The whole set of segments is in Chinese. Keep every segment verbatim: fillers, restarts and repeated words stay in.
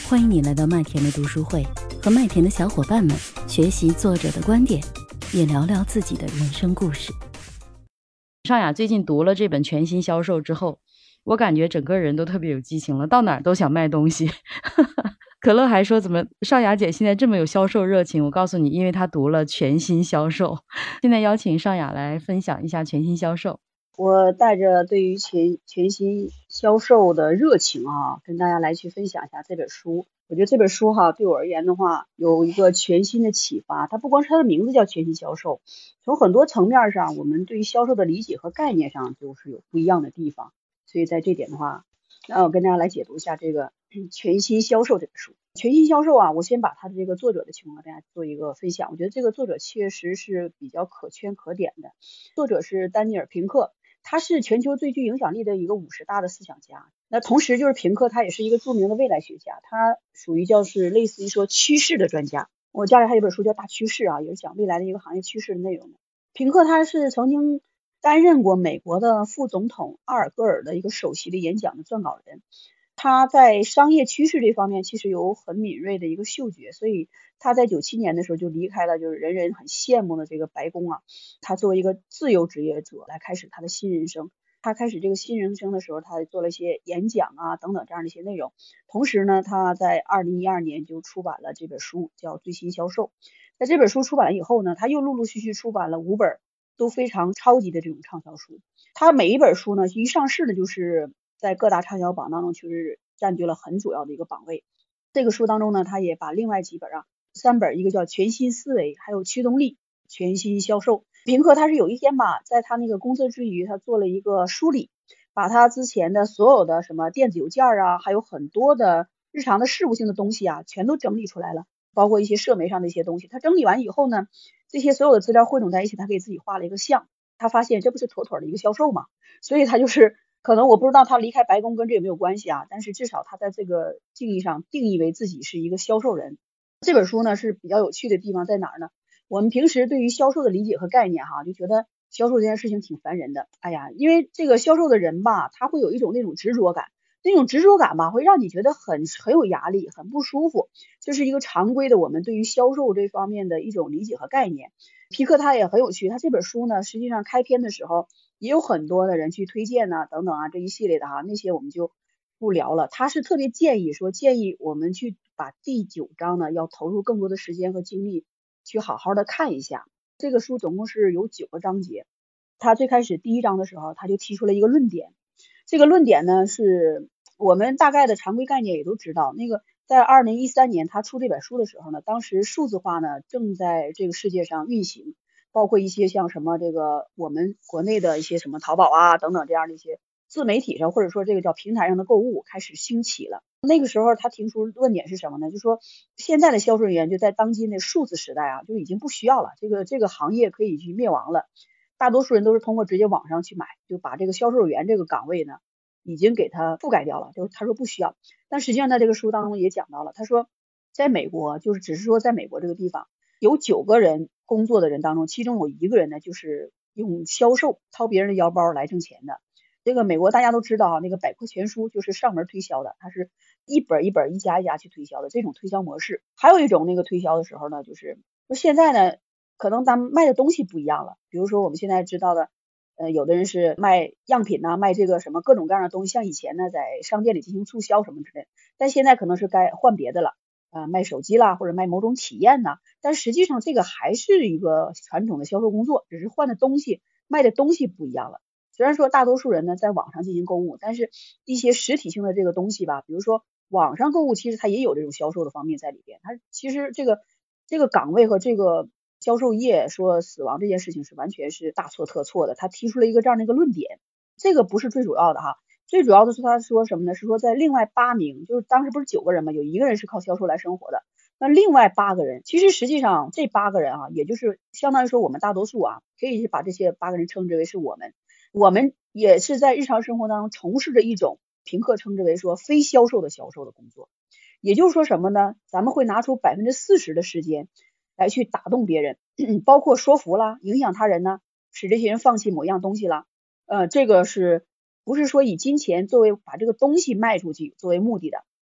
欢迎你来到麦田的读书会，和麦田的小伙伴们学习作者的观点，也聊聊自己的人生故事。尚雅最近读了这本全新销售之后，我感觉整个人都特别有激情了，到哪儿都想卖东西。可乐还说怎么尚雅姐现在这么有销售热情，我告诉你，因为她读了全新销售。现在邀请尚雅来分享一下全新销售。 我带着对于全全新销售的热情啊，跟大家来去分享一下这本书。我觉得这本书哈，对我而言的话，有一个全新的启发。它不光是它的名字叫全新销售，从很多层面上，我们对于销售的理解和概念上就是有不一样的地方。所以在这点的话，那我跟大家来解读一下这个全新销售这本书。全新销售啊，我先把它的这个作者的情况跟大家做一个分享。我觉得这个作者确实是比较可圈可点的。作者是丹尼尔·平克。他是全球最具影响力的一个五十大的思想家，那同时就是平克他也是一个著名的未来学家，他属于叫是类似于说趋势的专家。我家里还有本书叫大趋势啊，也是讲未来的一个行业趋势的内容的。平克他是曾经担任过美国的副总统阿尔戈尔的一个首席的演讲的撰稿人，他在商业趋势这方面其实有很敏锐的一个嗅觉，所以他在九七年的时候就离开了就是人人很羡慕的这个白宫啊，他作为一个自由职业者来开始他的新人生。他开始这个新人生的时候，他做了一些演讲啊等等这样的一些内容。同时呢，他在二零一二年就出版了这本书叫《最新销售》。在这本书出版了以后呢，他又陆陆续续出版了五本都非常超级的这种畅销书。他每一本书呢一上市的就是在各大畅销榜当中确实占据了很主要的一个榜位。这个书当中呢，他也把另外几本啊三本，一个叫全新思维，还有驱动力，全新销售。平克他是有一天吧，在他那个工作之余，他做了一个梳理，把他之前的所有的什么电子邮件啊，还有很多的日常的事务性的东西啊，全都整理出来了，包括一些社媒上的一些东西。他整理完以后呢，这些所有的资料汇总在一起，他给自己画了一个像。他发现这不是妥妥的一个销售嘛，所以他就是可能我不知道他离开白宫跟这有没有关系啊，但是至少他在这个定义上定义为自己是一个销售人。这本书呢是比较有趣的地方在哪儿呢？我们平时对于销售的理解和概念哈，就觉得销售这件事情挺烦人的。哎呀，因为这个销售的人吧，他会有一种那种执着感，那种执着感吧，会让你觉得很很有压力，很不舒服。这是一个常规的我们对于销售这方面的一种理解和概念。皮克他也很有趣，他这本书呢，实际上开篇的时候也有很多的人去推荐呢、啊，等等啊，这一系列的哈，那些我们就不聊了。他是特别建议说，建议我们去把第九章呢，要投入更多的时间和精力去好好的看一下。这个书总共是有九个章节。他最开始第一章的时候，他就提出了一个论点。这个论点呢，是我们大概的常规概念也都知道。那个在二零一三年他出这本书的时候呢，当时数字化呢正在这个世界上运行，包括一些像什么这个我们国内的一些什么淘宝啊等等这样的一些自媒体上或者说这个叫平台上的购物开始兴起了。那个时候他提出论点是什么呢？就是说现在的销售人员就在当今的数字时代啊，就已经不需要了，这个这个行业可以去灭亡了。大多数人都是通过直接网上去买，就把这个销售员这个岗位呢已经给他覆盖掉了，就他说不需要。但实际上在这个书当中也讲到了，他说在美国，就是只是说在美国这个地方有九个人工作的人当中，其中有一个人呢就是用销售掏别人的腰包来挣钱的。这个美国大家都知道啊，那个百科全书就是上门推销的，它是一本一本一家一家去推销的这种推销模式。还有一种那个推销的时候呢，就是说现在呢可能咱们卖的东西不一样了，比如说我们现在知道的呃，有的人是卖样品呐、啊，卖这个什么各种各样的东西，像以前呢在商店里进行促销什么之类的，但现在可能是该换别的了啊、呃，卖手机啦，或者卖某种体验呐、啊，但实际上这个还是一个传统的销售工作，只是换的东西卖的东西不一样了。虽然说大多数人呢在网上进行购物，但是一些实体性的这个东西吧，比如说网上购物，其实它也有这种销售的方面在里边。它其实这个这个岗位和这个销售业说死亡这件事情是完全是大错特错的。他提出了一个这样的一个论点，这个不是最主要的哈，最主要的是他说什么呢？是说在另外八名，就是当时不是九个人嘛，有一个人是靠销售来生活的，那另外八个人，其实实际上这八个人啊，也就是相当于说我们大多数啊，可以把这些八个人称之为是我们。我们也是在日常生活当中从事着一种平克称之为说非销售的销售的工作。也就是说什么呢？咱们会拿出百分之四十的时间来去打动别人，包括说服啦，影响他人呢，使这些人放弃某样东西啦。呃，这个是不是说以金钱作为把这个东西卖出去作为目的的？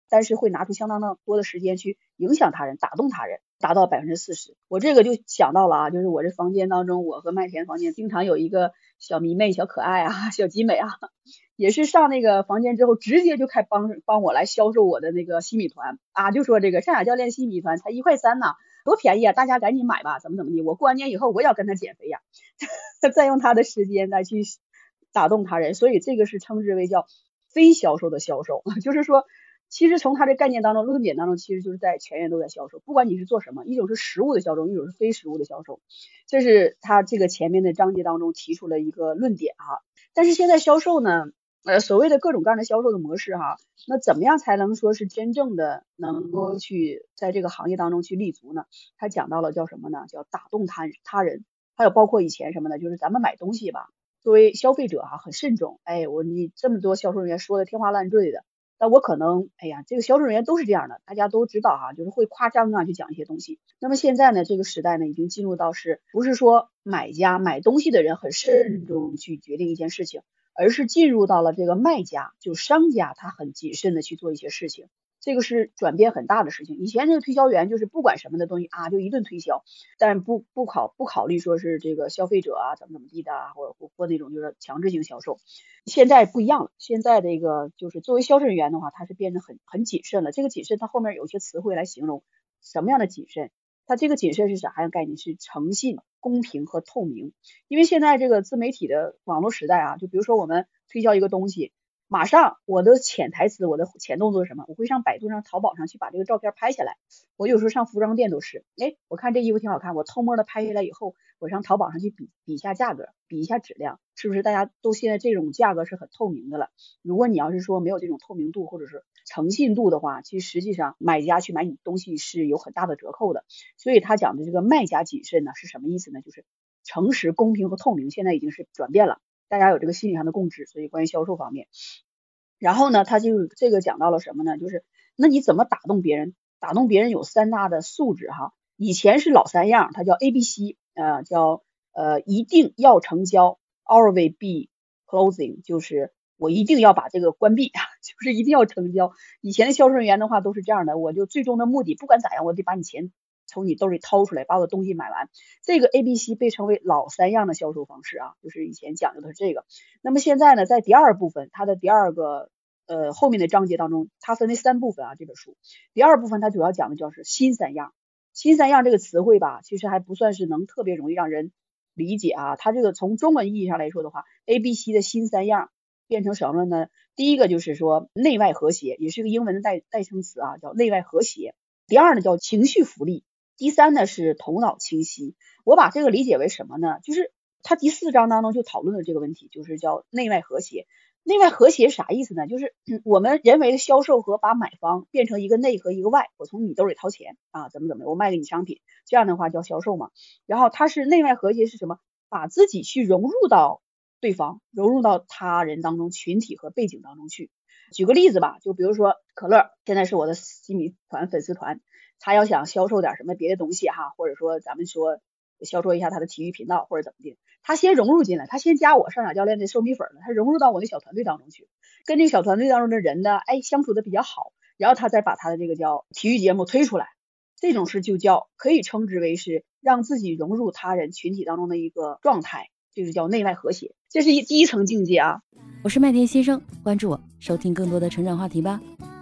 但是会拿出相当的多的时间去影响他人，打动他人，达到百分之四十。我这个就想到了啊，就是我这房间当中，我和麦田房间经常有一个小迷妹、小可爱啊、小集美啊，也是上那个房间之后，直接就开帮帮我来销售我的那个西米团啊，就说这个上雅教练西米团才一块三呢，多便宜啊，大家赶紧买吧，怎么怎么地，我过完年以后我也要跟他减肥呀，再用他的时间来去打动他人，所以这个是称之为叫非销售的销售，就是说其实从他这概念当中论点当中，其实就是在全员都在销售，不管你是做什么，一种是实物的销售，一种是非实物的销售，这是他这个前面的章节当中提出了一个论点哈。但是现在销售呢，呃，所谓的各种各样的销售的模式哈，那怎么样才能说是真正的能够去在这个行业当中去立足呢？他讲到了叫什么呢？叫打动他他人，还有包括以前什么呢？就是咱们买东西吧，作为消费者哈，很慎重，哎，我你这么多销售人员说的天花乱坠的。但我可能，哎呀，这个销售人员都是这样的，大家都知道哈，就是会夸张啊去讲一些东西。那么现在呢，这个时代呢，已经进入到是不是说买家买东西的人很慎重去决定一件事情，而是进入到了这个卖家，就商家他很谨慎的去做一些事情。这个是转变很大的事情。以前这个推销员就是不管什么的东西啊，就一顿推销，但不不考不考虑说是这个消费者啊怎么怎么地的啊，或者或那种就是强制性销售。现在不一样了，现在这个就是作为销售人员的话，他是变得很很谨慎了。这个谨慎，它后面有些词汇来形容什么样的谨慎。它这个谨慎是啥样概念？是诚信、公平和透明。因为现在这个自媒体的网络时代啊，就比如说我们推销一个东西。马上我的潜台词，我的潜动作是什么？我会上百度上、淘宝上去把这个照片拍下来。我有时候上服装店都是，哎，我看这衣服挺好看，我偷摸的拍下来以后，我上淘宝上去比比一下价格，比一下质量，是不是大家都现在这种价格是很透明的了？如果你要是说没有这种透明度或者是诚信度的话，其实实际上买家去买你东西是有很大的折扣的。所以他讲的这个卖家谨慎呢是什么意思呢？就是诚实、公平和透明，现在已经是转变了。大家有这个心理上的共识，所以关于销售方面，然后呢，他就这个讲到了什么呢？就是那你怎么打动别人？打动别人有三大的素质哈。以前是老三样，它叫 A B C， 呃，叫呃一定要成交 ，always be closing， 就是我一定要把这个关闭，就是一定要成交。以前的销售人员的话都是这样的，我就最终的目的不管咋样，我得把你钱从你兜里掏出来，把我的东西买完。这个 A B C 被称为老三样的销售方式啊，就是以前讲究的是这个。那么现在呢，在第二部分，它的第二个呃后面的章节当中，它分为三部分啊。这本书第二部分它主要讲的就是新三样。新三样这个词汇吧，其实还不算是能特别容易让人理解啊。它这个从中文意义上来说的话 ，A B C 的新三样变成什么呢？第一个就是说内外和谐，也是一个英文的代代称词啊，叫内外和谐。第二呢叫情绪福利。第三呢是头脑清晰。我把这个理解为什么呢？就是他第四章当中就讨论了这个问题，就是叫内外和谐。内外和谐啥意思呢？就是、嗯、我们人为的销售和把买方变成一个内和一个外，我从你兜里掏钱啊，怎么怎么，我卖给你商品，这样的话叫销售嘛。然后它是内外和谐是什么？把自己去融入到对方，融入到他人当中、群体和背景当中去。举个例子吧，就比如说可乐，现在是我的西米团粉丝团，他要想销售点什么别的东西哈，或者说咱们说销售一下他的体育频道或者怎么的，他先融入进来，他先加我上雅教练的收米粉了，他融入到我那小团队当中去，跟这个小团队当中的人呢，哎，相处的比较好，然后他再把他的这个叫体育节目推出来，这种是就叫可以称之为是让自己融入他人群体当中的一个状态，就是叫内外和谐，这是一第一层境界啊。 我是麦田先生，关注我，收听更多的成长话题吧。